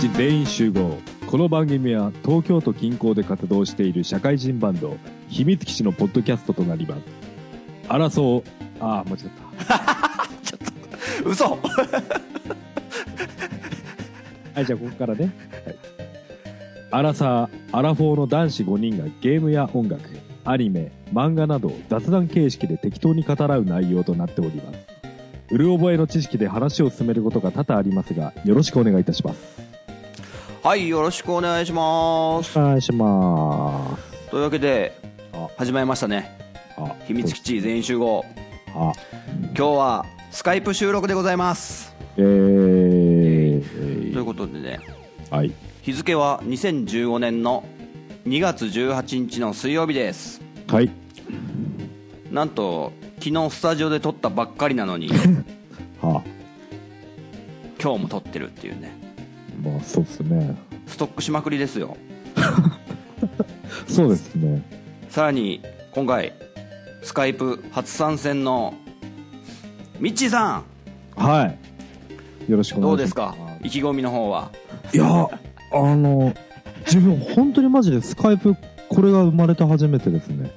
基地全員集合。この番組は東京都近郊で活動している社会人バンド秘密基地のポッドキャストとなります。間違ったちょっと嘘はい、じゃあここからね、はい、アラサー・アラフォーの男子5人がゲームや音楽、アニメ、漫画など雑談形式で適当に語らう内容となっております。うる覚えの知識で話を進めることが多々ありますが、よろしくお願いいたします。 はい、よろしくお願いします。 お願いします。 というわけで始まりましたね、秘密基地全員集合。今日はスカイプ収録でございます。ということでね、 はい、 日付は2015年の2月18日の水曜日です。 はい。 なんと昨日スタジオで撮ったばっかりなのに今日も撮ってるっていうね。 まあそうですね、 ストックしまくりですよそうですね。 さらに今回スカイプ初参戦のミッチーさん、 はい、よろしくお願いします。 どうですか、意気込みの方は。 いや、自分本当にマジでスカイプこれが生まれて初めてですね。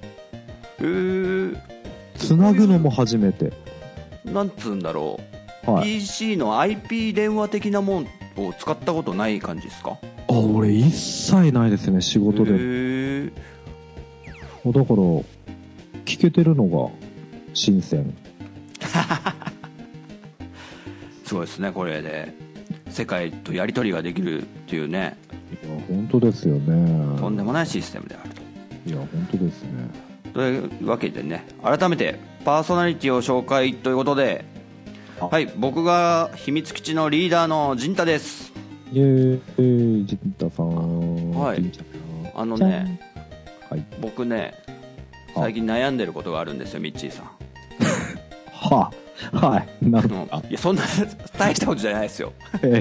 つなぐのも初めて。 なんつうんだろう、 はい、 PC の IP 電話的なもんを使ったことない感じですか？ 俺一切ないですね、仕事で。だから聞けてるのが新鮮すごいですね、これで世界とやり取りができるっていうね。 いや本当ですよね、 とんでもないシステムであると。 いや本当ですね。 というわけでね、改めてパーソナリティを紹介ということで、はい、僕が秘密基地のリーダーの陣太です。 陣太さん。 はい、ね、 はい、 僕ね最近悩んでることがあるんですよ、ミッチーさんはい、なるほど。 いやそんな大したことじゃないですよ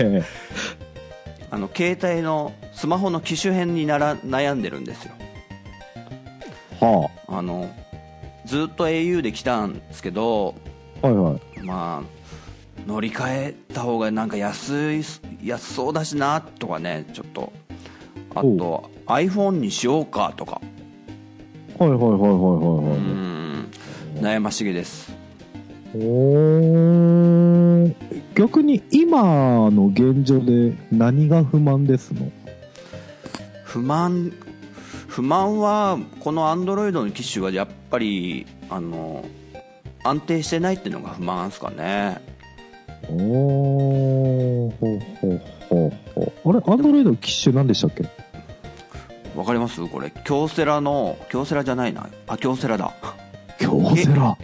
携帯のスマホの機種変に悩んでるんですよ。ずっと au で来たんですけど、まあ乗り換えた方がなんか安そうだしなとかね、ちょっとあと iPhone にしようかとか、悩ましげです。 逆に今の現状で何が不満ですの？ 不満はこの Android の機種はやっぱり安定してないっていうのが不満ですかね。 あれ Android の機種何でしたっけ？ わかります？これ京セラじゃないな、京セラだ。 京セラ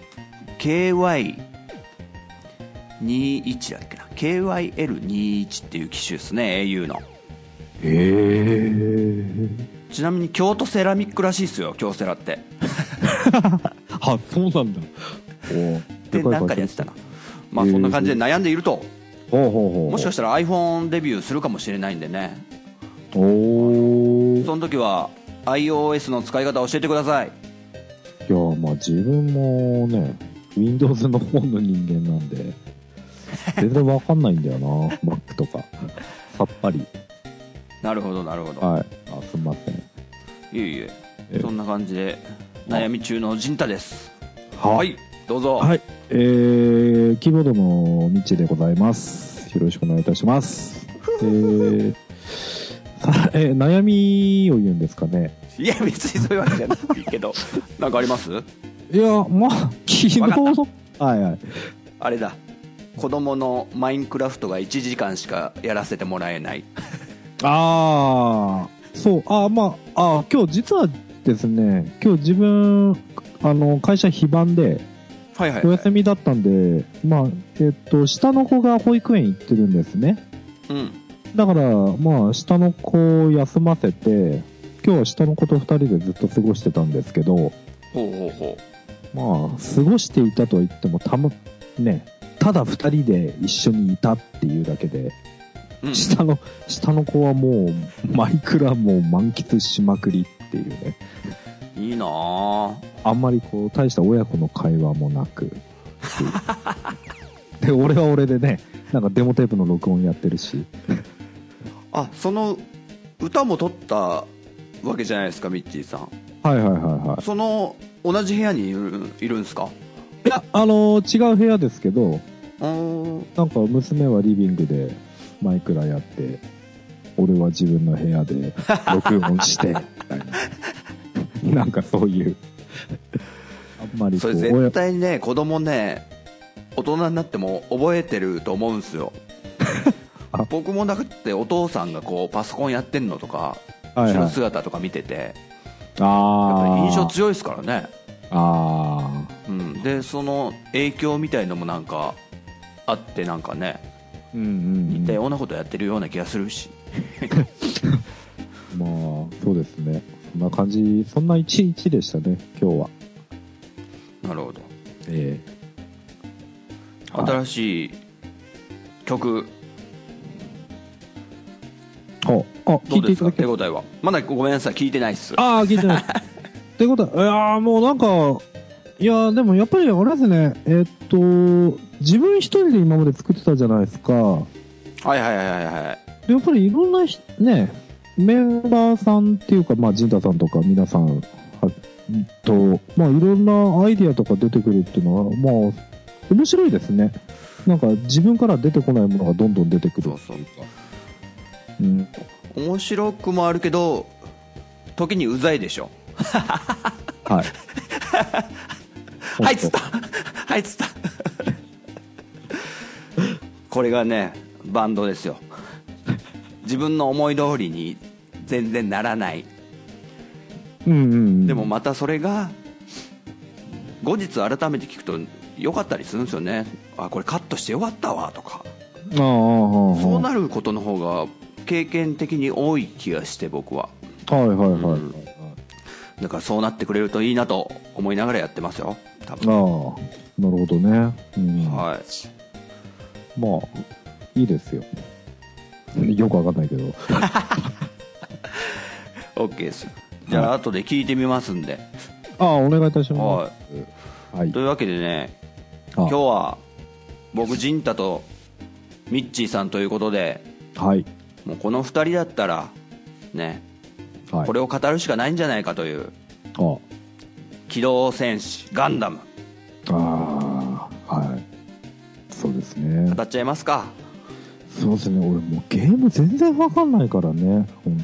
KY21 だっけな、 KYL21 っていう機種ですね、 au の。ちなみに京都セラミックらしいですよ、京セラってそうなんだ。 でなんかでやってたな。まあそんな感じで悩んでいると。もしかしたら iPhone デビューするかもしれないんでね。その時は iOS の使い方教えてください。 いやまあ自分もね Windows の方の人間なんで全然わかんないんだよなMac とかさっぱり。 なるほどなるほど。 はい、すみません。 いえそんな感じで悩み中の陣太です。はい、どうぞ。 はい、キーボードのみちでございます。よろしくお願いいたします。悩みを言うんですかね。 いや別にそういうわけじゃないけどなんかあります？ いやまあ昨日のあれだ、子供のマインクラフトが1時間しかやらせてもらえない今日実はですね、今日自分会社非番でお休みだったんで、下の子が保育園行ってるんですね。だから下の子を休ませて今日は下の子と2人でずっと過ごしてたんですけど、過ごしていたとは言ってもただ2人で一緒にいたっていうだけで、下の子はもうマイクラもう満喫しまくりっていうね。 いいなぁ。 あんまり大した親子の会話もなくで俺は俺でね、なんかデモテープの録音やってるしあ、その歌も撮ったわけじゃないですか、ミッチーさん。 はいはいはいはい。 その同じ部屋にいるんですか？ いや、違う部屋ですけど、なんか娘はリビングでマイクラやって、俺は自分の部屋で録音してみたいな。なんかそういうあんまりそれ絶対ね、子供ね、大人になっても覚えてると思うんですよ。僕もだってお父さんがこうパソコンやってんのとか、後ろ姿とか見てて、やっぱり印象強いですからね。でその影響みたいのもなんかあって、なんかね、似たようなことやってるような気がするし。 まあそうですね、そんな感じ、そんな一日でしたね今日は。 なるほど。新しい曲、 聞いていただけ手応えは。まだごめんなさい、聞いてないっす。 聞いてないってことは、いやもうなんか、いやでもやっぱりあれですね、自分一人で今まで作ってたじゃないですか。 はいはいはいはい。 でやっぱりいろんなね、メンバーさんっていうか、まあ陣太さんとか皆さんと、まあいろんなアイディアとか出てくるっていうのは、まあ面白いですね。なんか自分から出てこないものがどんどん出てくる。そうそう。 面白くもあるけど、時にうざいでしょ。 はい。 はいっつったはいっつったこれがね、バンドですよ。自分の思い通りに全然ならない。でもまたそれが後日改めて聞くと良かったりするんですよね。あ、これカットしてよかったわとか。そうなることの方が経験的に多い気がして、僕は。 はいはいはい。 だからそうなってくれるといいなと思いながらやってますよ、多分。 なるほどね。 はい。 まあいいですよ。よくわかんないけど。 OK です。じゃあ後で聞いてみますんで。 お願いいたします。はい。というわけでね、今日は僕陣太とミッチーさんということで、 はい。 もうこの2人だったらね、これを語るしかないんじゃないかという、機動戦士ガンダム。 はい。そうですね。 語っちゃいますか。 そうですね。俺もうゲーム全然わかんないからね、本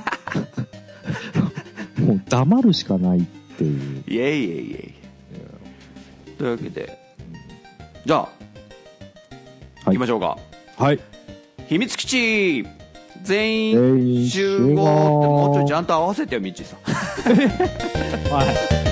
当。もう黙るしかないっていう。 いえいえいえ。というわけで、じゃあ行きましょうか。 はい。 秘密基地全員集合って、もうちょいちゃんと合わせてよ、ミッチーさん。はい。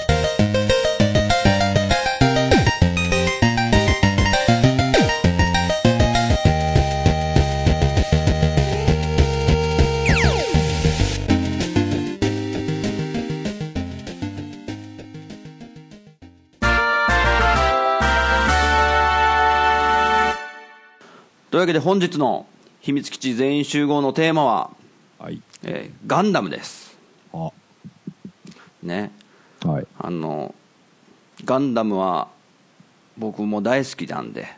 というわけで本日の秘密基地全員集合のテーマは、ガンダムです。ね。はい。ガンダムは僕も大好きなんで、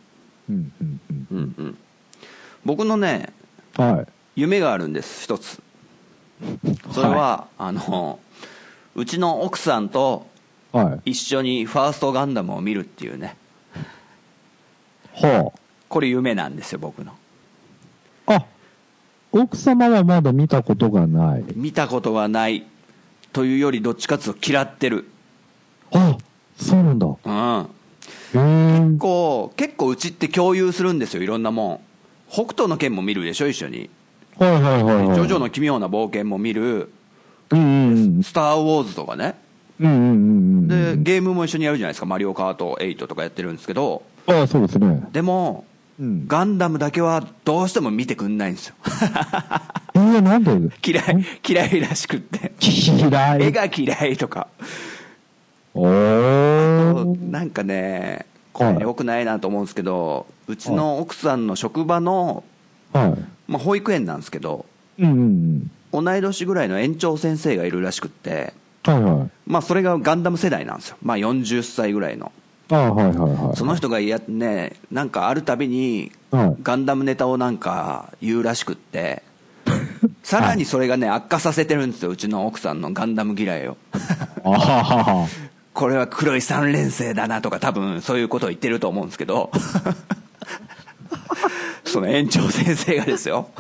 僕のね、夢があるんです、一つ。それは、うちの奥さんと一緒にファーストガンダムを見るっていうね。これ夢なんですよ、僕の。 奥様はまだ見たことがない。 見たことがないというより、どっちかっていうと嫌ってる。 そうなんだ。 結構うちって共有するんですよ、いろんなもん。北斗の拳も見るでしょ、一緒に。ジョジョの奇妙な冒険も見る。スター・ウォーズとかね。で、ゲームも一緒にやるじゃないですか。マリオカート8とかやってるんですけど。 そうですね。 でも、ガンダムだけはどうしても見てくんないんですよ。 なんで？ 嫌いらしくって。 嫌い。 絵が嫌いとか。なんかね、これ良くないなと思うんですけど、うちの奥さんの職場の、まあ保育園なんですけど、同い年ぐらいの園長先生がいるらしくって、まあそれがガンダム世代なんですよ。まあ40歳ぐらいの。その人がなんかあるたびにガンダムネタをなんか言うらしくって、 さらにそれがね、悪化させてるんですよ、うちの奥さんのガンダム嫌いを。これは黒い3連星だなとか、多分そういうことを言ってると思うんですけどその園長先生がですよ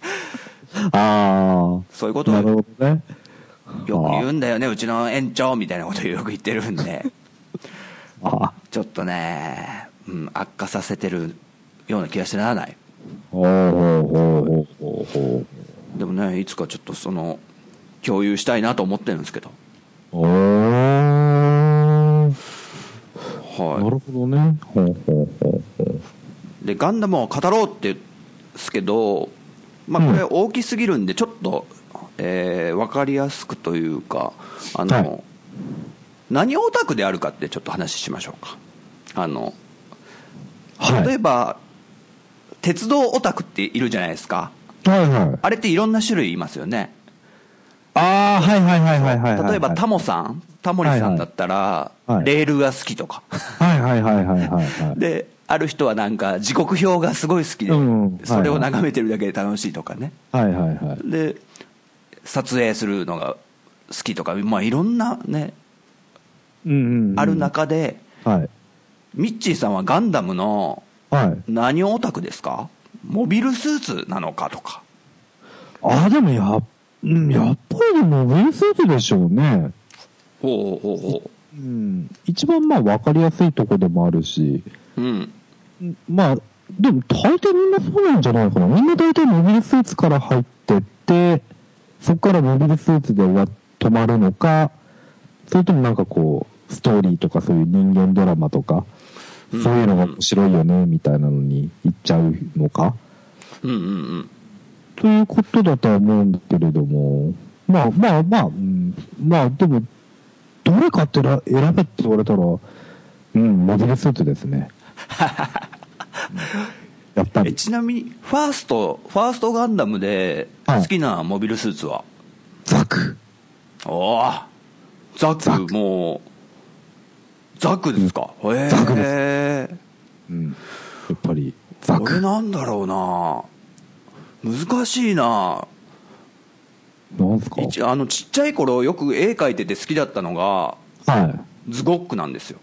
そういうことをよく言うんだよね、うちの園長みたいなことをよく言ってるんでちょっとね、悪化させてるような気がしてならない。でもね、いつかちょっとその共有したいなと思ってるんですけど。はい、 なるほどね。 でガンダムを語ろうって言うんですけど、まあ、これ大きすぎるんでちょっと、分かりやすくというか、何オタクであるかってちょっと話しましょうか。例えば、鉄道オタクっているじゃないですか。あれっていろんな種類いますよね。例えばタモリさんだったら、レールが好きとかで、ある人はなんか時刻表がすごい好きで、それを眺めてるだけで楽しいとかね、で撮影するのが好きとか、まあいろんなね、ある中で、ミッチーさんはガンダムの何オタクですか？モビルスーツなのかとか。 でもやっぱりモビルスーツでしょうね。一番まあ分かりやすいとこでもあるし、まあでも大抵みんなそうなんじゃないかな。みんな大体モビルスーツから入ってって、そこからモビルスーツで止まるのか、それともなんかこうストーリーとかそういう人間ドラマとか、そういうのが面白いよねみたいなのに行っちゃうのか、ということだとは思うんだけれども、まあでもどれかって選べって言われたら、モビルスーツですね。やっぱり。 ちなみにファーストガンダムで好きなモビルスーツは？ ザク。 ザク、もうザクですか？ ザクです。やっぱりザク。 これなんだろうな、難しいな。 なんすか？ ちっちゃい頃よく絵描いてて好きだったのが、ズゴックなんですよ。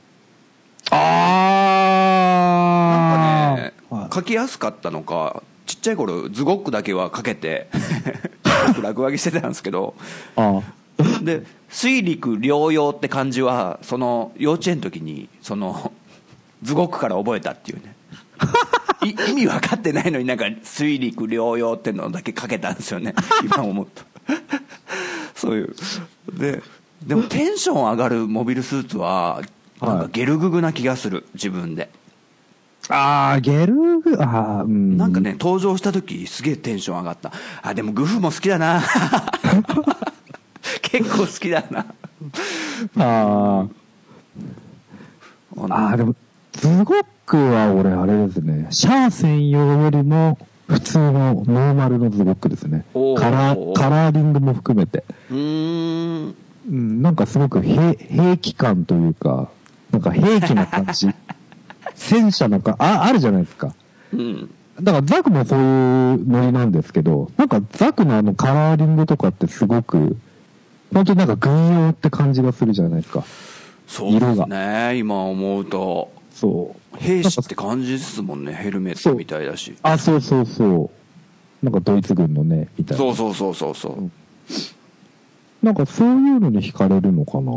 なんかね、描きやすかったのか、ちっちゃい頃ズゴックだけは描けて落書きしてたんですけど、で水陸両用って漢字はその幼稚園の時にそのズゴックから覚えたっていうね意味分かってないのになんか水陸両用ってのだけ書けたんですよね今思うとそういうでもテンション上がるモビルスーツはなんかゲルググな気がする、自分で。 ゲルグなんかね、登場した時すげえテンション上がった。でもグフも好きだな結構好きだなでもズゴックは俺あれですね、シャア専用よりも普通のノーマルのズゴックですね。カラーリングも含めて。なんかすごく兵器感というか、なんか兵器な感じ戦車なんかあるじゃないですか。だからザクもそういうノリなんですけど、なんかザクのカラーリングとかってすごく本当になんか軍用って感じがするじゃないですか。 そうですね、今思うと。兵士って感じですもんね、ヘルメットみたいだし。 そうなんかドイツ軍のねみたいな。 そうなんかそういうのに惹かれるのかな。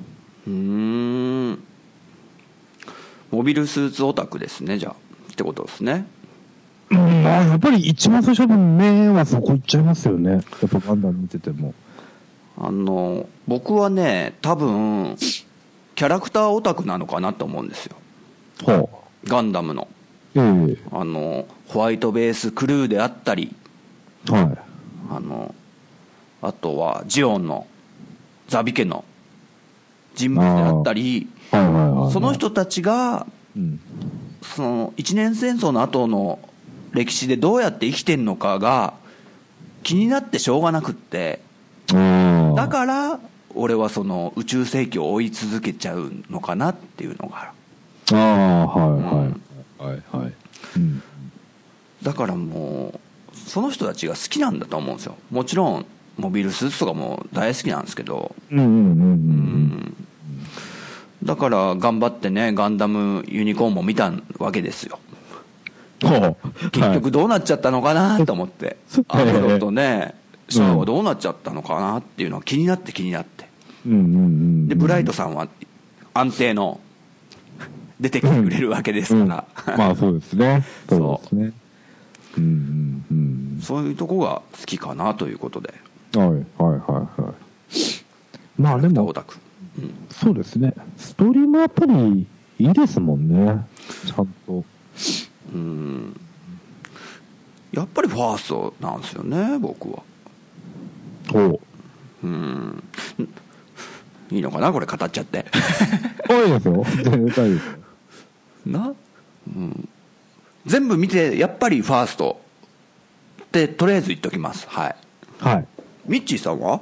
モビルスーツオタクですね、じゃあってことですね。 やっぱり一番最初の目はそこ行っちゃいますよね、やっぱガンダム見てても。 僕はね、多分キャラクターオタクなのかなと思うんですよ、ガンダムの。ホワイトベースクルーであったり、あとはジオンのザビ家の人物であったり、その人たちが、その一年戦争の後の歴史でどうやって生きてんのかが気になってしょうがなくって、だから俺はその宇宙世紀を追い続けちゃうのかなっていうのがある。だからもうその人たちが好きなんだと思うんですよ。もちろんモビルスーツとかも大好きなんですけど、だから頑張ってねガンダムユニコーンも見たわけですよ。結局どうなっちゃったのかなと思って、アムロとねシャアはどうなっちゃったのかなっていうのが気になってでブライトさんは安定の出てきてくれるわけですから、 まあそうですね。 そういうとこが好きかなということで。 まあでも、そうですね。ストーリーもやっぱりいいですもんね。ちゃんと。 やっぱりファーストなんですよね、僕は。いいのかなこれ語っちゃって。 いいですよ。全然いいですよ。全部見てやっぱりファーストってとりあえず言っときます。はい。ミッチーさんは？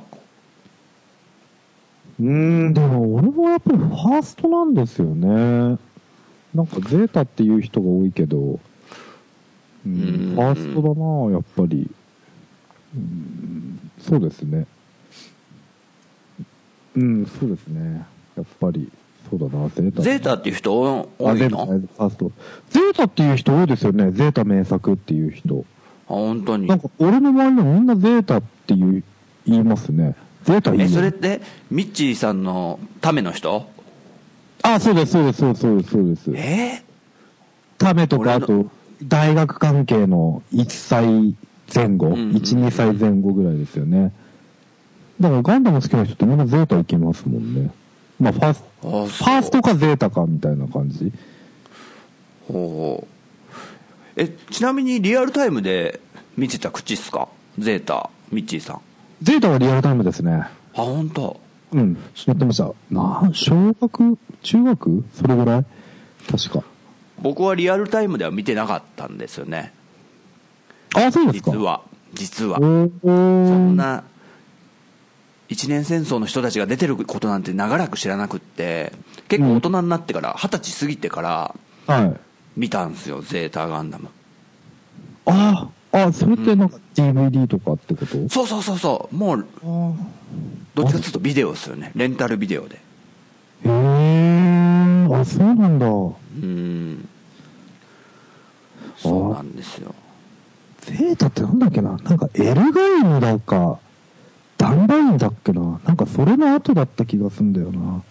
でも俺もやっぱりファーストなんですよね。なんかゼータっていう人が多いけど、ファーストだなやっぱり。そうですね。そうですね。やっぱりそうだな。ゼータっていう人多いの？ゼータっていう人多いですよね。ゼータ名作っていう人。 本当に。 なんか俺の周りのみんなゼータって言いますね。ゼータいいね。 それってミッチーさんのための人？ そうです。ためとか、あと大学関係の1歳前後、1、2歳前後ぐらいですよね。だからガンダム好きな人ってみんなゼータ行きますもんね。まあファーストかゼータかみたいな感じ。 ちなみにリアルタイムで見てた口っすか？ゼータ、ミッチーさん。 ゼータはリアルタイムですね。 本当？ やってました。小学？中学？それぐらい？確か。 僕はリアルタイムでは見てなかったんですよね。 そうですか。 実は。そんな、一年戦争の人たちが出てることなんて長らく知らなくって、結構大人になってから、20歳過ぎてから、見たんですよ、ゼータガンダム。 それってなんか DVD とかってこと？ そう。もう、どっちかっていうとビデオですよね。レンタルビデオで。 そうなんだ。 そうなんですよ。 ゼータってなんだっけな、なんかエルガイムだかダンバインだっけな、なんかそれの後だった気がするんだよな。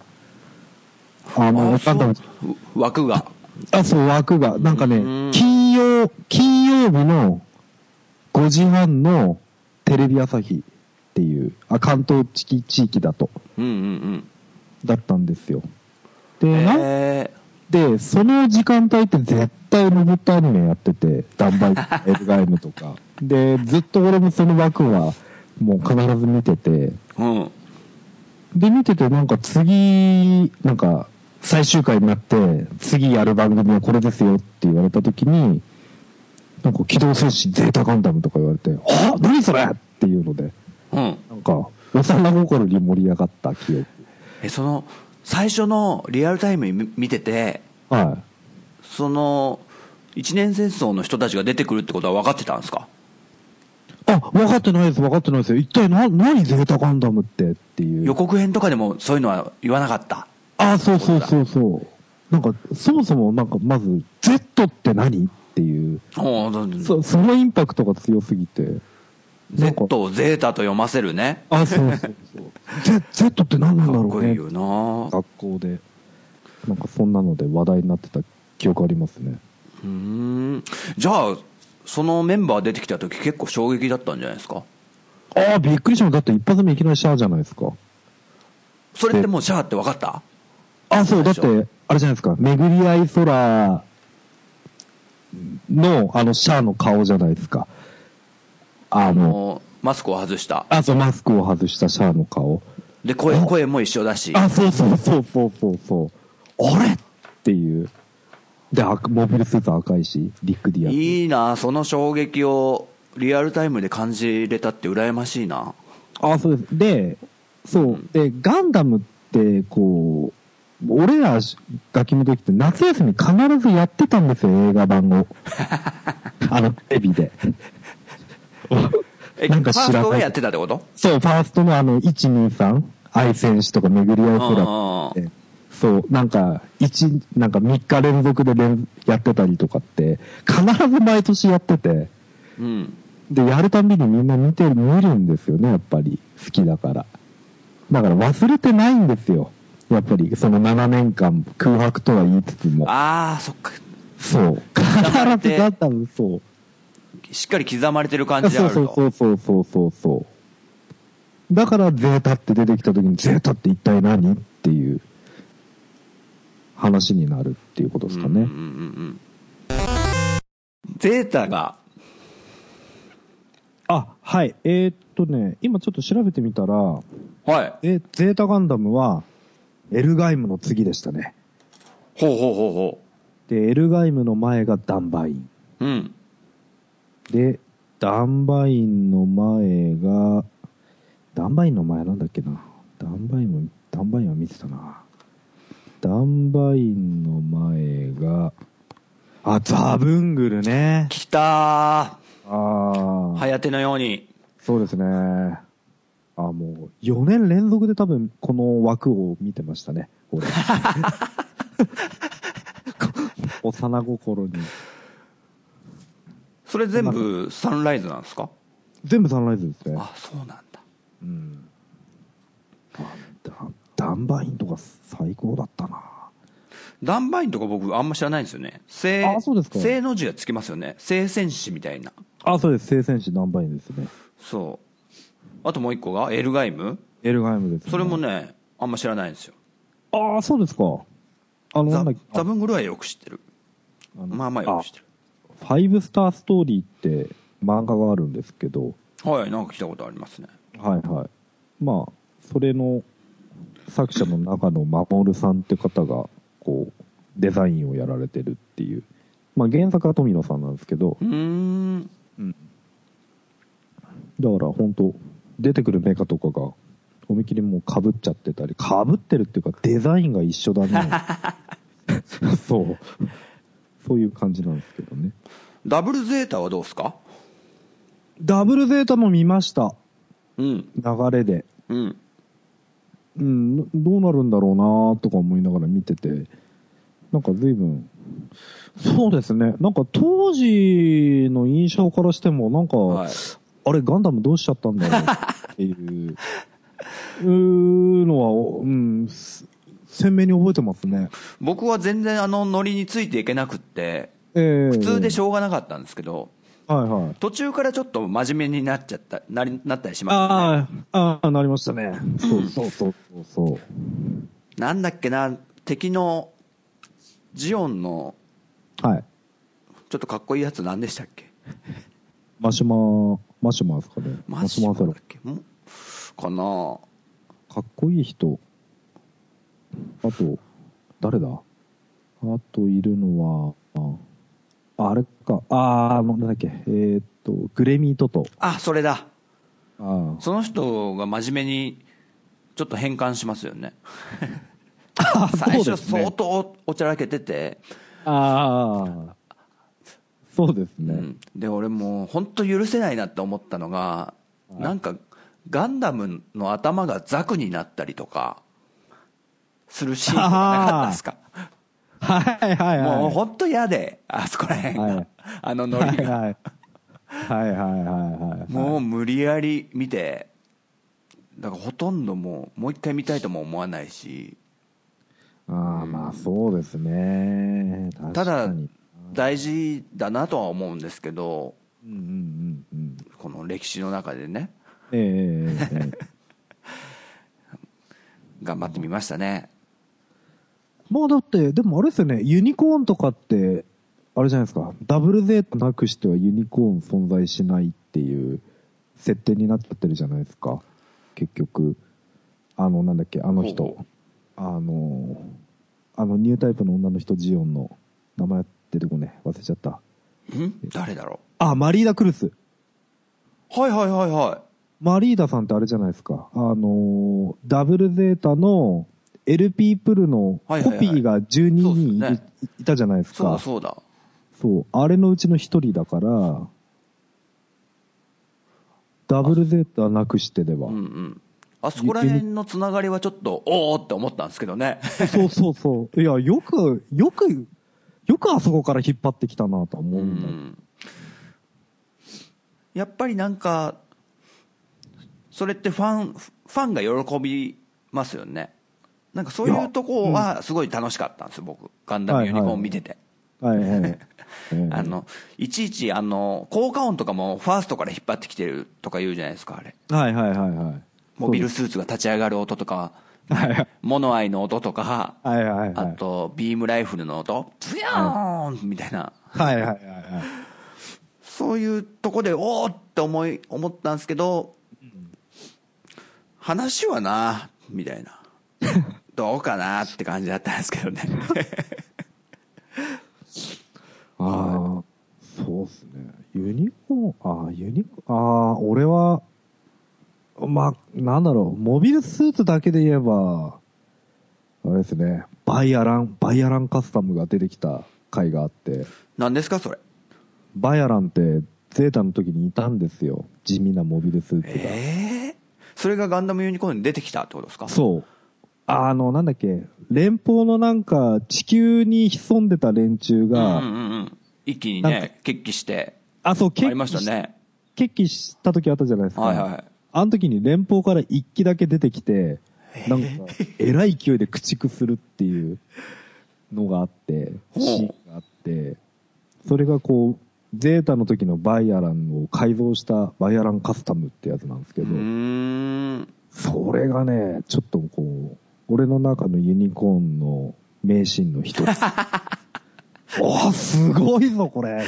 枠が枠がなんかね、金曜日の5時半のテレビ朝日っていう関東地域だと、だったんですよ。でその時間帯って絶対ロボットアニメやってて、ダンバイエルガイムとかで、ずっと俺もその枠はもう必ず見てて、で見てて、なんか次なんか最終回になって次やる番組はこれですよって言われた時に、なんか機動戦士ゼータガンダムとか言われて、何それっていうので、なんか幼心に盛り上がった記憶。 その最初のリアルタイム見てて、その一年戦争の人たちが出てくるってことは分かってたんですか？ 分かってないですよ。一体何ゼータガンダムっていう。 予告編とかでもそういうのは言わなかった？ そう。なんかそもそもなんかまず Z って何っていう、そのインパクトが強すぎて。 Z をゼータと読ませるね。 そう。Z って何なんだろうね。 かっこいいよな。 学校でなんかそんなので話題になってた記憶ありますね。 じゃあそのメンバー出てきた時結構衝撃だったんじゃないですか？ びっくりしました。だって一発目いきなりシャアじゃないですか。 それってもうシャアって分かった？ そう、だってあれじゃないですか、巡り合い空のシャアの顔じゃないですか。 マスクを外した。 そう、マスクを外したシャアの顔で、声も一緒だし。 そうあれっていうで、モビルスーツ赤いし、リック・ディア。 いいな、その衝撃をリアルタイムで感じれたって羨ましいな。 そうです。で、ガンダムってこう、俺らガキの時って夏休み必ずやってたんですよ、映画版を。テレビで。 なんか知らない。ファーストがやってたってこと？ そう、ファーストの1、2、3、愛選手とか巡り合いフラって、そう、なんか3日連続でやってたりとかって、必ず毎年やってて、うん。で、やるたんびにみんな見るんですよね、やっぱり。好きだから。だから忘れてないんですよ。やっぱり、その7年間空白とは言いつつも。 ああ、そっか。 そう。必ずガンダム、そう。 しっかり刻まれてる感じであると。 そう。だからゼータって出てきた時にゼータって一体何っていう話になるっていうことですかね。 ゼータが。 はい。今ちょっと調べてみたら、はい。ゼータガンダムはエルガイムの次でしたね。 ほう。で、エルガイムの前がダンバイン。うん。で、ダンバインの前なんだっけな。ダンバインは見てたな。ダンバインの前が、ザブングルね。 来たー。はやてのように。 そうですね。もう、4年連続で多分この枠を見てましたね、俺。幼心に。 それ全部サンライズなんですか？ 全部サンライズですね。 そうなんだ。うん。 ダンバインとか最高だったな。 ダンバインとか僕あんま知らないんですよね。 そうですか。 聖の字がつきますよね。聖戦士みたいな。 そうです。聖戦士ダンバインですね。 そう。あともう一個がエルガイム？ エルガイムですね。 それもね、あんま知らないんですよ。 そうですか。 ザブングルはよく知ってる。まあよく知ってる。 5スターストーリーって漫画があるんですけど。 はい、なんか聞いたことありますね。 はいはい。それの作者の中野守さんって方が、デザインをやられてるっていう。原作は富野さんなんですけど。うん。だから本当出てくるメカとかが、思い切りもう被っちゃってたり、被ってるっていうかデザインが一緒だね。そういう感じなんですけどね。 ダブルゼータはどうですか？ ダブルゼータも見ました。うん。流れで。うん。どうなるんだろうなとか思いながら見てて、なんか随分、そうですね。なんか当時の印象からしても、なんか、あれガンダムどうしちゃったんだろうっていうのは、鮮明に覚えてますね。 僕は全然ノリについていけなくって、普通でしょうがなかったんですけど、途中からちょっと真面目になっちゃった、なったりしますね。なりましたね。そう。 なんだっけな、敵のジオンの、ちょっとかっこいいやつ何でしたっけ？ マシュマですかね。 マシュマだっけ？かな？ かっこいい人。あと、誰だ？あといるのは、あれか、なんだっけ、グレミートト。 それだ。その人が真面目に、ちょっと変換しますよね。最初相当おちゃらけてて。 そうですね。 で、俺もう本当許せないなって思ったのが、なんか、ガンダムの頭がザクになったりとか、するシーンがなかったですか？もう本当嫌で、あそこら辺が、ノリが。もう無理やり見て、だからほとんどもう一回見たいとも思わないし。 そうですね。 ただ、大事だなとは思うんですけど、この歴史の中でね。頑張ってみましたね。 だって、でもあれですよね、ユニコーンとかって、あれじゃないですか、ダブルゼータなくしてはユニコーン存在しないっていう設定になっちゃってるじゃないですか、結局。なんだっけ、あの人。ニュータイプの女の人、ジオンの名前出てこね、忘れちゃった。 誰だろう？マリーダ・クルス。 はい。 マリーダさんってあれじゃないですか、ダブルゼータのLP プルのコピーが12人いたじゃないですか。 そうだ。 そう。あれのうちの一人だから、 ダブルゼータなくしてれば。 うんうん。あそこら辺のつながりはちょっと、おーって思ったんですけどね。 そうそうそう。いや、よくあそこから引っ張ってきたなと思うんだ。 やっぱりなんか、それってファンが喜びますよね。なんかそういうとこはすごい楽しかったんですよ、僕。ガンダムユニコーン見てて。 はいはい。 いちいち、効果音とかもファーストから引っ張ってきてるとか言うじゃないですか、あれ。 はいはいはいはい。 モビルスーツが立ち上がる音とか、モノアイの音とか、 はいはいはい、 あと、ビームライフルの音、ズヤーンみたいな。 はいはいはいはい。 そういうとこで、おーって思ったんですけど、話はな、みたいな。どうかなって感じだったんですけどね。 ああ、そうっすね。俺は、まあ、なんだろう、モビルスーツだけで言えば、あれですね、バイアランカスタムが出てきた回があって。 何ですか、それ。 バイアランって、ゼータの時にいたんですよ。地味なモビルスーツが。 それがガンダムユニコーンに出てきたってことですか？ そう。なんだっけ、連邦のなんか、地球に潜んでた連中が、 一気にね、決起して。 そう、 ありましたね。 決起した時あったじゃないですか。 はいはい。 あの時に連邦から一機だけ出てきて、なんか、えらい勢いで駆逐するっていうのがあって、シーンがあって、それがこう、ゼータの時のバイアランを改造したバイアランカスタムってやつなんですけど、それがね、ちょっとこう、俺の中のユニコーンの名シーンの一つ。おー、すごいぞ、これ。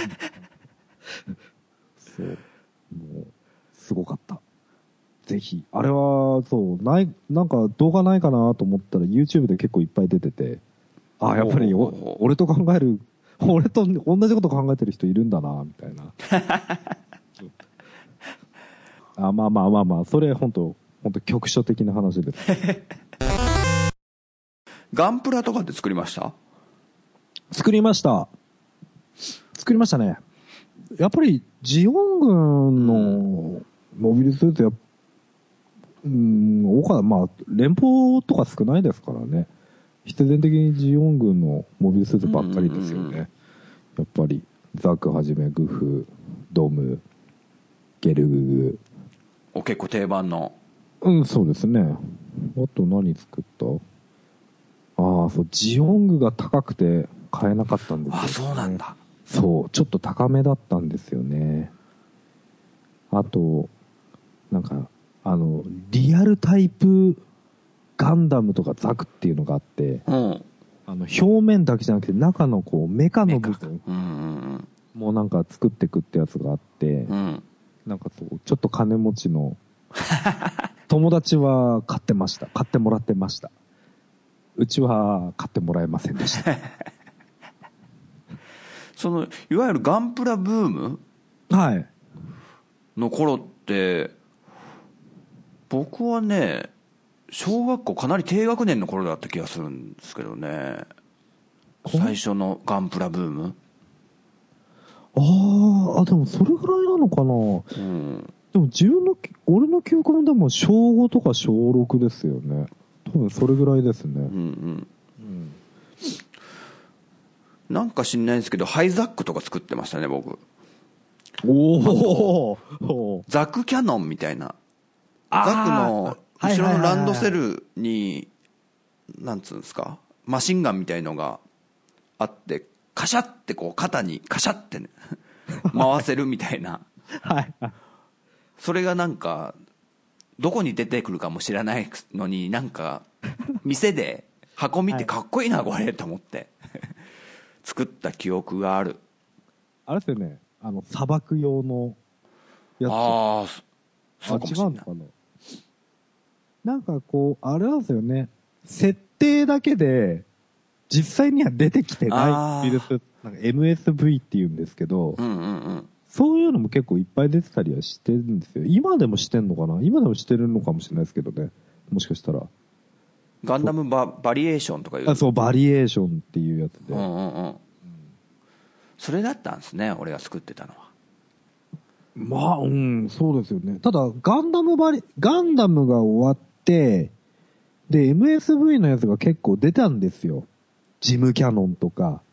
そう。もう、すごかった。ぜひ。あれは、そう、なんか動画ないかなと思ったら YouTube で結構いっぱい出てて、やっぱり俺と同じこと考えてる人いるんだな、みたいな。まあ、それ本当局所的な話です。 ガンプラとかって作りました？ 作りましたね。やっぱりジオン軍のモビルスーツまあ、連邦とか少ないですからね。必然的にジオン軍のモビルスーツばっかりですよね。やっぱり、ザクはじめ、グフ、ドム、ゲルググ。 結構定番の。 そうですね。あと何作った？そう、ジオングが高くて買えなかったんですよ、ね。 そうなんだ。 そう、ちょっと高めだったんですよね。あと、なんか、リアルタイプガンダムとかザクっていうのがあって、表面だけじゃなくて中のこうメカの部分もうなんか作っていくってやつがあって、なんかそう、ちょっと金持ちの友達は買ってもらってました。うちは買ってもらえませんでした。 いわゆるガンプラブームの頃って、僕はね、小学校かなり低学年の頃だった気がするんですけどね。最初のガンプラブーム。 でもそれぐらいなのかな。でも俺の記憶もでも小5とか小6ですよね。多分それぐらいですね。 なんか知んないんですけど、ハイザックとか作ってましたね、僕。ザクキャノンみたいな。ザクの後ろのランドセルに、なんつうんですか、マシンガンみたいのがあって、カシャってこう肩にカシャってね、回せるみたいな。それがなんか、どこに出てくるかも知らないのに、なんか、店で箱見てかっこいいな、これ、と思って。作った記憶がある。 あれですよね。砂漠用のやつ。 そうかもしれない。 違うのかな。なんかこう、あれなんですよね。設定だけで、実際には出てきてないウイルス、なんか MSV って言うんですけど、そういうのも結構いっぱい出てたりはしてるんですよ。今でもしてんのかな？今でもしてるのかもしれないですけどね。もしかしたら。 ガンダムバリエーションとかいう。 そう、バリエーションっていうやつで。 それだったんですね、俺が作ってたのは。 まあ、そうですよね。ただ、ガンダムが終わって、で、MSV のやつが結構出たんですよ。ジムキャノンとか。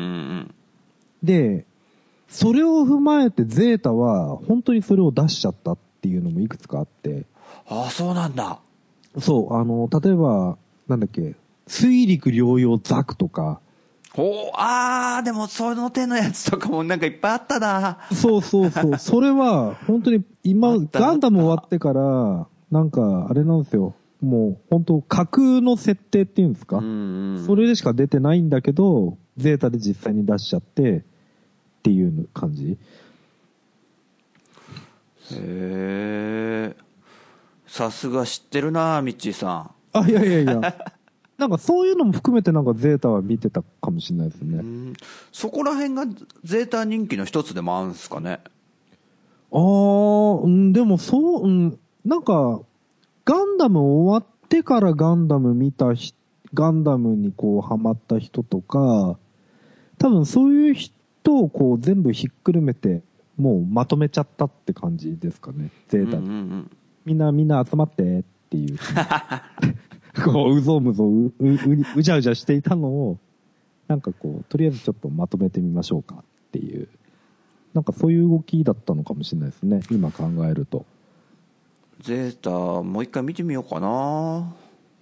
で、それを踏まえてゼータは、本当にそれを出しちゃったっていうのもいくつかあって。 ああ、そうなんだ。 そう、例えば、なんだっけ、水陸両用ザクとか。 でもその手のやつとかもなんかいっぱいあったな。 そう。それは、本当に今、ガンダム終わってから、なんか、あれなんですよ。もう、本当架空の設定っていうんですか。それでしか出てないんだけど、ゼータで実際に出しちゃって、っていう感じ。 へえ。さすが知ってるな、ミッチーさん。いや。なんかそういうのも含めてなんかゼータは見てたかもしれないですね。 そこら辺がゼータ人気の一つでもあるんですかね。 でもそう、なんか、ガンダム終わってからガンダムガンダムにこうハマった人とか、多分そういう人をこう全部ひっくるめて、もうまとめちゃったって感じですかね、ゼータ。みんな集まってっていう。こう、うぞうむぞうじゃうじゃしていたのを、なんかこう、とりあえずちょっとまとめてみましょうかっていう。なんかそういう動きだったのかもしれないですね、今考えると。 ゼータ、もう一回見てみようかな。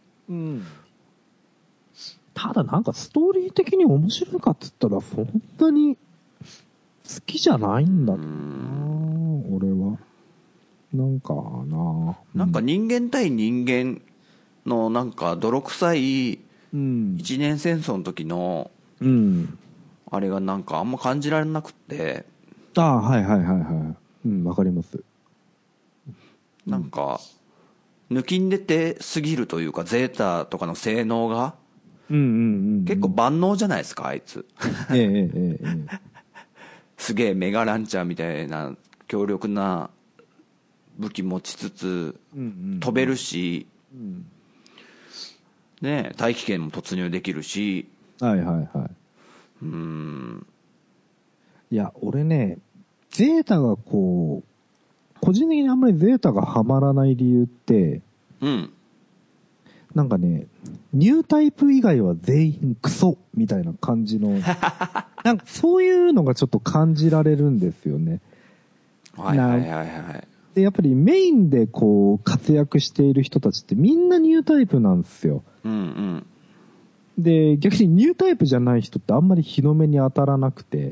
ただなんかストーリー的に面白いかって言ったら、そんなに好きじゃないんだな、俺は。なんかなんか人間対人間のなんか泥臭い一年戦争の時のあれがなんかあんま感じられなくて。 はい。わかります。 なんか抜きん出てすぎるというか、ゼータとかの性能が結構万能じゃないですか、あいつ。すげえメガランチャーみたいな強力な武器持ちつつ飛べるし、ね、大気圏も突入できるし。 いや、俺ね、ゼータがこう、個人的にあんまりゼータがハマらない理由って、なんかね、ニュータイプ以外は全員クソみたいな感じの、なんかそういうのがちょっと感じられるんですよね。で、やっぱりメインでこう活躍している人たちってみんなニュータイプなんですよ。で、逆にニュータイプじゃない人ってあんまり日の目に当たらなくて、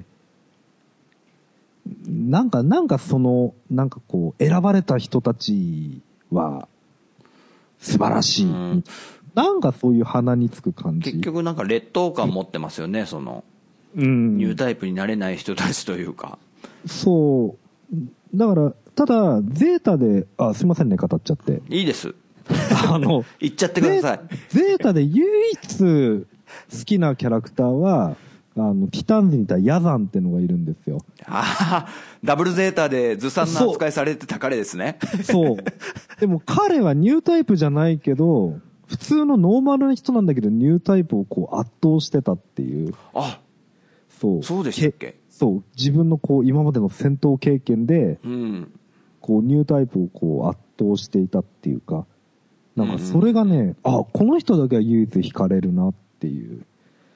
なんかその、なんかこう、選ばれた人たちは、素晴らしい。なんかそういう鼻につく感じ。 結局なんか劣等感持ってますよね、その、ニュータイプになれない人たちというか。 そう。だから、ただ、ゼータで、すいませんね、語っちゃって。 いいです。言っちゃってください。 ゼータで唯一好きなキャラクターは、ティタンズにいたヤザンってのがいるんですよ。 ダブルゼータでずさんな扱いされてた彼ですね。 そう。でも彼はニュータイプじゃないけど、普通のノーマルな人なんだけど、ニュータイプをこう圧倒してたっていう。 そうでしたっけ？ そう。自分のこう、今までの戦闘経験で、こう、ニュータイプをこう圧倒していたっていうか、なんかそれがね、この人だけは唯一惹かれるなっていう。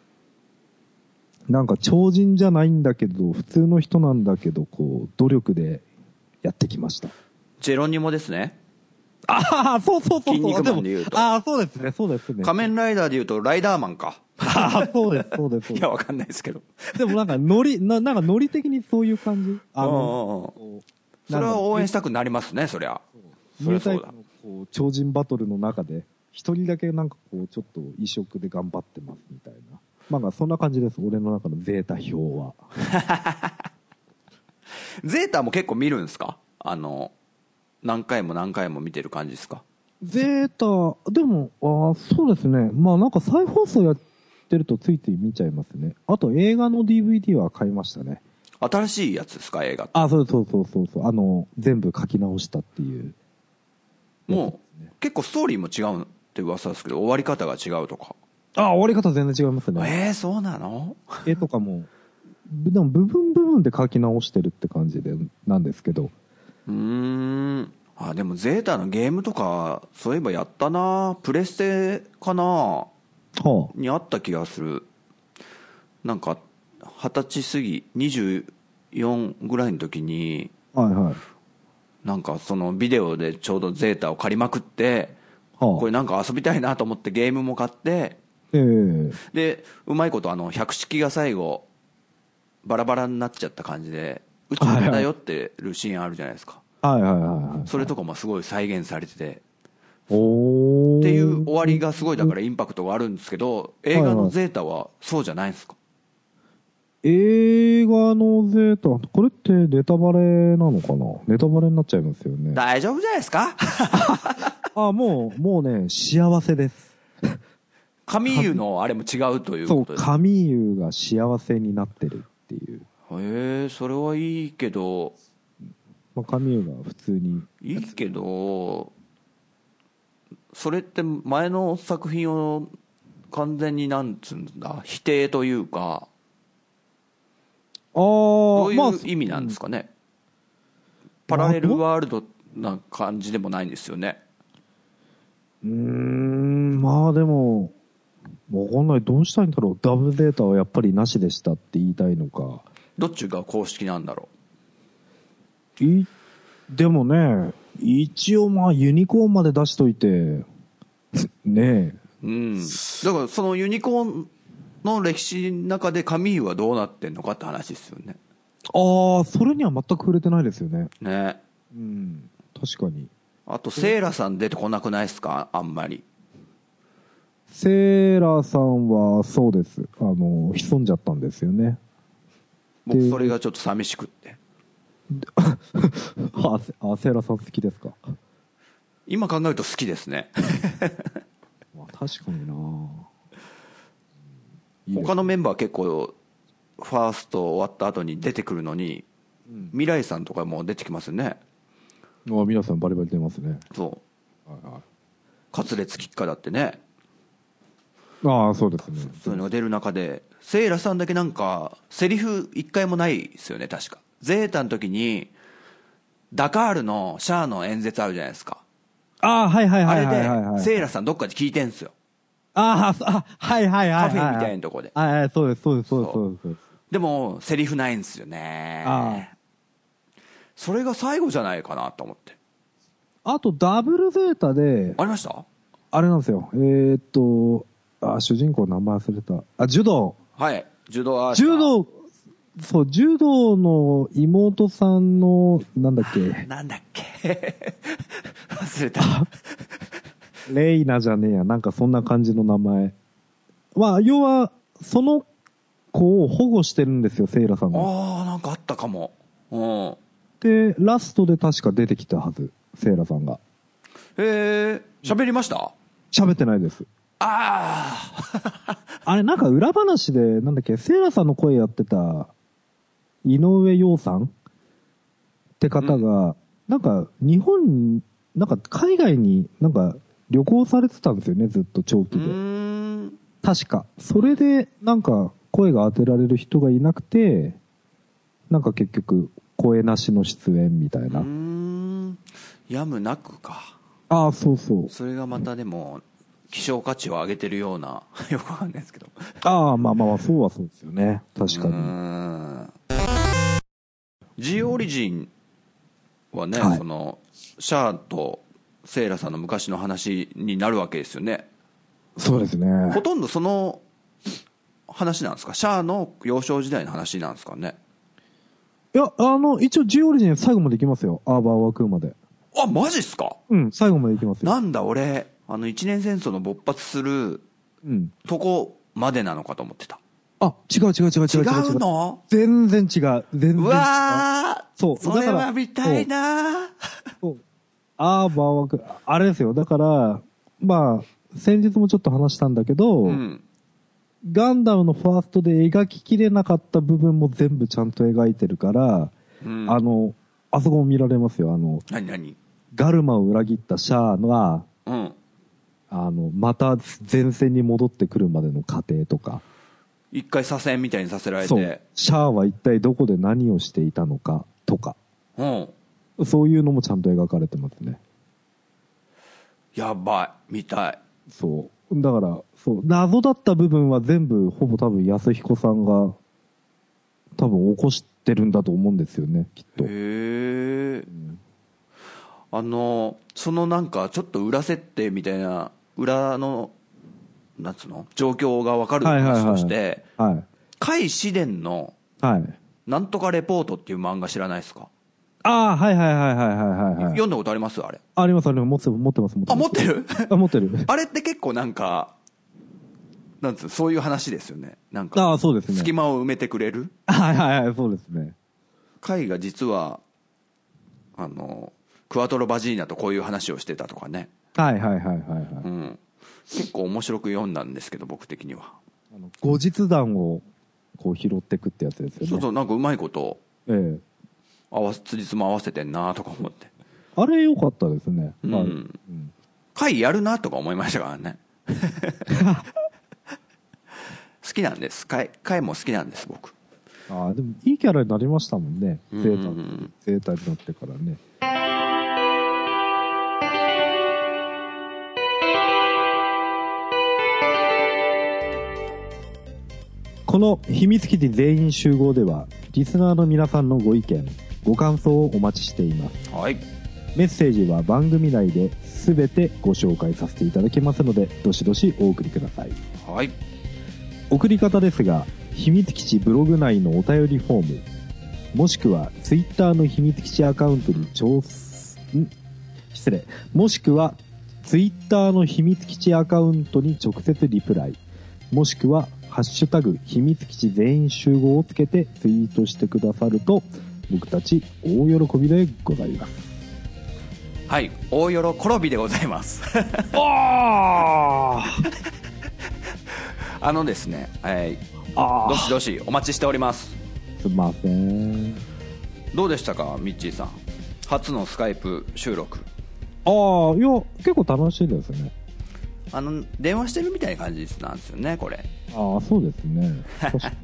なんか超人じゃないんだけど、普通の人なんだけど、こう、努力でやってきました。 ジェロニモですね。 そう。 筋肉マンで言うと。 そうですね。 仮面ライダーで言うとライダーマンか。 そうです。 いや、わかんないですけど。 でもなんかノリ的にそういう感じ。 それは応援したくなりますね、そりゃ。 ニュータイプのこう超人バトルの中で、一人だけなんかこう、ちょっと異色で頑張ってますみたいな。まあそんな感じです、俺の中のゼータ表は。 ゼータも結構見るんですか？何回も見てる感じですか？ ゼータ、でも、そうですね。まあなんか再放送やってるとついつい見ちゃいますね。あと映画の DVD は買いましたね。 新しいやつですか、映画？ そう。全部書き直したっていう。 もう、結構ストーリーも違うって噂ですけど、終わり方が違うとか。 終わり方全然違いますね。 そうなの？ 絵とかも、 でも部分で書き直してるって感じで、なんですけど。 あ、でもゼータのゲームとか、そういえばやったな。プレステかな、はあ、にあった気がする。なんか、20歳過ぎ、24ぐらいの時に、 はいはい。 なんかそのビデオでちょうどゼータを借りまくって、はあ、これなんか遊びたいなと思ってゲームも買って、で、うまいこと百式が最後、バラバラになっちゃった感じで、宇宙に漂ってるシーンあるじゃないですか。 はいはいはい。 それとかもすごい再現されてて、っていう終わりがすごいだからインパクトがあるんですけど、映画のゼータはそうじゃないんですか？ 映画のゼータ、これってネタバレなのかな？ネタバレになっちゃいますよね。 大丈夫じゃないですか？ もうね、幸せです。 カミーユのあれも違うということです。 そう、カミーユが幸せになってるっていう。 へえ、それはいいけど、 まあ、カミーユが普通にいいけど、それって前の作品を完全になんつうんだ、否定というか、どういう意味なんですかね。パラレルワールドな感じでもないんですよね。 まあでもわかんない。どうしたいんだろう。ダブルデータはやっぱりなしでしたって言いたいのか。 どっちが公式なんだろう。でもね、一応まあユニコーンまで出しといてねえ。 だからそのユニコーンの歴史の中でカミーユはどうなってんのかって話ですよね。 ああ、それには全く触れてないですよね。 ね。 確かに。 あとセイラさん出てこなくないですか？あんまり。 セイラさんはそうです。潜んじゃったんですよね。 僕それがちょっと寂しくってセイラさん好きですか？ 今考えると好きですね。 まあ確かにな。 他のメンバー結構ファースト終わった後に出てくるのに、未来さんとかも出てきますよね。 皆さんバリバリ出ますね。 そう、はいはい、カツレツ吉花だってね。 ああ、そうですね。 そういうのが出る中でセイラさんだけなんかセリフ一回もないですよね。確かゼータの時にダカールのシャアの演説あるじゃないですか。 ああ、はいはいはいはい、はい、 あれでセイラさんどっかで聞いてんすよ。 はいはいはい。 カフェみたいなとこで。 はい、そうですそうですそうです。 でもセリフないんですよね。それが最後じゃないかなと思って。 あとダブルゼータでありました？ あれなんですよ。主人公名前忘れた。柔道。 はい。柔道そう、柔道の妹さんの、なんだっけ。 忘れた。 レイナじゃねえや。なんかそんな感じの名前。まあ、要は、その子を保護してるんですよ、セイラさんが。 ああ、なんかあったかも。 で、ラストで確か出てきたはず、セイラさんが。 へえ、喋りました？ 喋ってないです。あれ、なんか裏話で、なんだっけ、セイラさんの声やってた、井上陽さんって方が、なんか日本、なんか海外になんか旅行されてたんですよね、ずっと長期で。確か。それでなんか声が当てられる人がいなくて、なんか結局声なしの出演みたいな。 やむなくか。 ああ、そうそう。 それがまたでも、希少価値を上げてるような、よくわかんないですけど。 ああ、まあまあ、そうはそうですよね。確かに。 G オリジンはね、その、シャアとセイラさんの昔の話になるわけですよね。 そうですね。 ほとんどその話なんですか？シャアの幼少時代の話なんですかね？ いや、一応 G オリジン最後まで行きますよ。アーバーワークまで。 あ、マジっすか？ うん、最後まで行きますよ。 なんだ、俺、一年戦争の勃発する、とこまでなのかと思ってた。 違うの？全然違う。 うわー、 そう。 それは見たいな。 そう。アーバーワーク、あれですよ。だから、まあ、先日もちょっと話したんだけど、ガンダムのファーストで描ききれなかった部分も全部ちゃんと描いてるから、あそこも見られますよ。 何ガルマを裏切ったシャアが、また前線に戻ってくるまでの過程とか。 一回左遷みたいにさせられて、 シャアは一体どこで何をしていたのかとか、そういうのもちゃんと描かれてますね。 やばい、見たい。 そうだから、そう謎だった部分は全部ほぼ多分安彦さんが多分起こしてるんだと思うんですよね、きっと。へえ、そのなんかちょっと裏設定みたいな、裏のなんつうの状況が分かる話として、甲斐紫伝のなんとかレポートっていう漫画知らないですか？ ああ、はいはいはいはいはいはい。 読んだことあります？あれ。 あります、あれ持ってます。 あ、持ってる？ あ、持ってる。 あれって結構なんか、なんつう、そういう話ですよね。なんか、 そうですね。 隙間を埋めてくれる？ はいはいはい、そうですね。 甲斐が実は、クワトロバジーナとこういう話をしてたとかね。 はいはいはいはいはい。 うん。結構面白く読んだんですけど、僕的には。 後日談をこう拾ってくってやつですよね。 そうそう、なんかうまいこと、辻褄合わせてんなとか思って。 あれ良かったですね。 甲斐やるなとか思いましたからね。好きなんです。甲斐も好きなんです、僕。 でもいいキャラになりましたもんね。ゼータになってからね。この秘密基地全員集合では、リスナーの皆さんのご意見、ご感想をお待ちしています。 はい。 メッセージは番組内で全てご紹介させていただきますので、どしどしお送りください。 はい。 送り方ですが、秘密基地ブログ内のお便りフォーム、もしくはツイッターの秘密基地アカウントにもしくはツイッターの秘密基地アカウントに直接リプライ、もしくはハッシュタグ秘密基地全員集合をつけてツイートしてくださると、僕たち大喜びでございます。 はい、大喜びでございます。ですね、どしどしお待ちしております。 すいません。 どうでしたか、ミッチーさん、初のスカイプ収録。 いや結構楽しいですね。 電話してるみたいな感じなんですよね、これ。 そうですね。なんか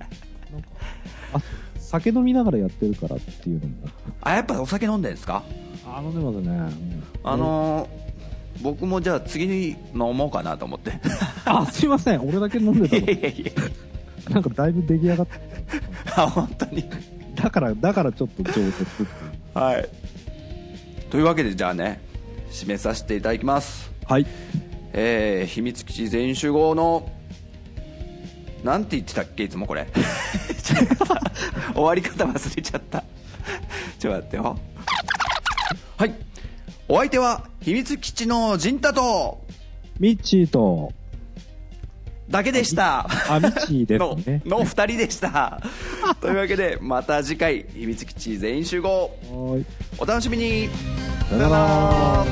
酒飲みながらやってるからっていうのも。 やっぱお酒飲んでるんですか？ 飲んでますね。 僕もじゃあ次に飲もうかなと思って。 すいません、俺だけ飲んでたの。なんかだいぶ出来上がって。 本当に。 だからちょっと上手って。 はい。というわけで、じゃあね、締めさせていただきます。 はい。 秘密基地全員集合の、なんて言ってたっけ、いつもこれ。終わり方忘れちゃった。ちょっと待ってよ。はい。お相手は秘密基地の陣太とミッチーとだけでした。 ミッチーですね。 の2人でした。というわけで、また次回秘密基地全員集合。お楽しみに。 さよなら。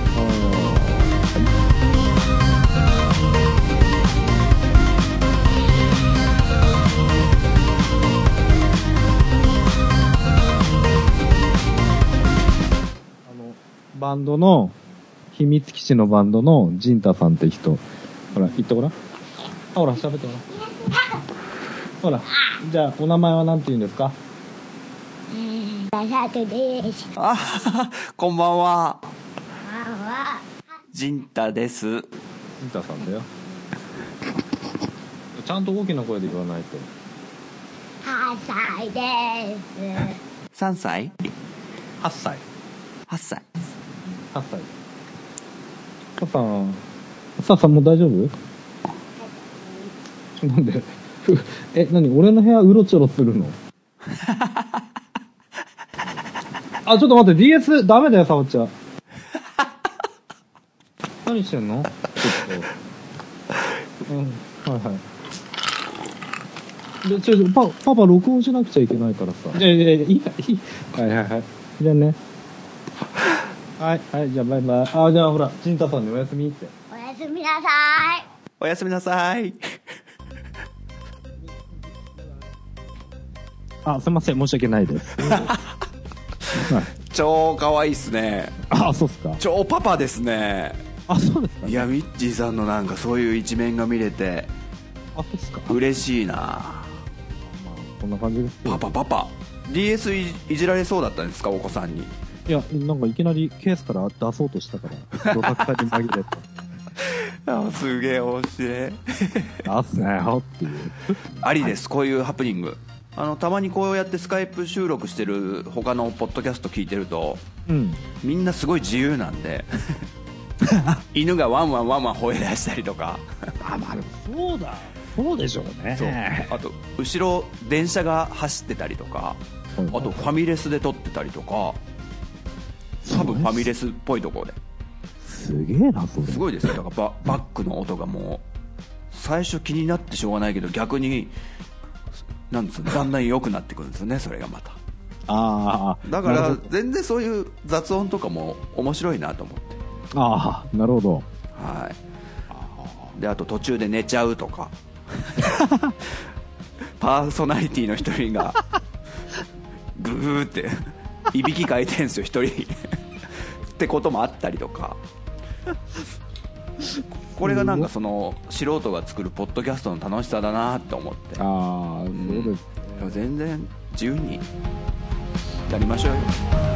バンドの秘密基地のバンドのジンタさんって人、ほら言ってごらん。ほら喋ってごらん。ほら、じゃあお名前は何て言うんですか？ ダサトです。 こんばんは。ジンタです。 ジンタさんだよ。ちゃんと大きな声で言わないと。 8歳です。 3歳？ 8歳。 8歳。 8歳。さんもう大丈夫？なんで？何俺の部屋うろちょろするの？ちょっと待って、 DS ダメだよ、さおちゃん。何してんの？ちょっと。はいはい。で、パパ録音しなくちゃいけないからさ。いい。はいはいはい。じゃあね。はい、じゃあバイバイ。じゃあほら、ジンタさんにおやすみって。 おやすみなさい。 おやすみなさい。 すいません、申し訳ないです。 超可愛いっすね。 そうっすか。 超パパですね。 そうですか、ね。 いや、ミッチーさんのなんかそういう一面が見れて、 そうっすか。 嬉しいな。 そんな感じですよ。 パパ DS いじられそうだったんですか、お子さんに。 いや、なんかいきなりケースから出そうとしたからどさくさに紛れてすげえ面白い出すなよっていうありです、こういうハプニング。たまにこうやってスカイプ収録してる他のポッドキャスト聞いてると、みんなすごい自由なんで犬がワンワン吠え出したりとかまあでもそうでしょうね。 そう、あと後ろ電車が走ってたりとか、あとファミレスで撮ってたりとか、多分ファミレスっぽいところで。 すげえなそれ。 すごいですよ。だからバックの音がもう最初気になってしょうがないけど、逆になんですよね、だんだん良くなってくるんですよね、それがまた。だから全然そういう雑音とかも面白いなと思って。 なるほど。 はい。であと途中で寝ちゃうとかパーソナリティの一人がグーっていびきかいてんすよ、一人ってこともあったりとか。これがなんかその素人が作るポッドキャストの楽しさだなって思って。 そうです、 全然自由にやりましょうよ。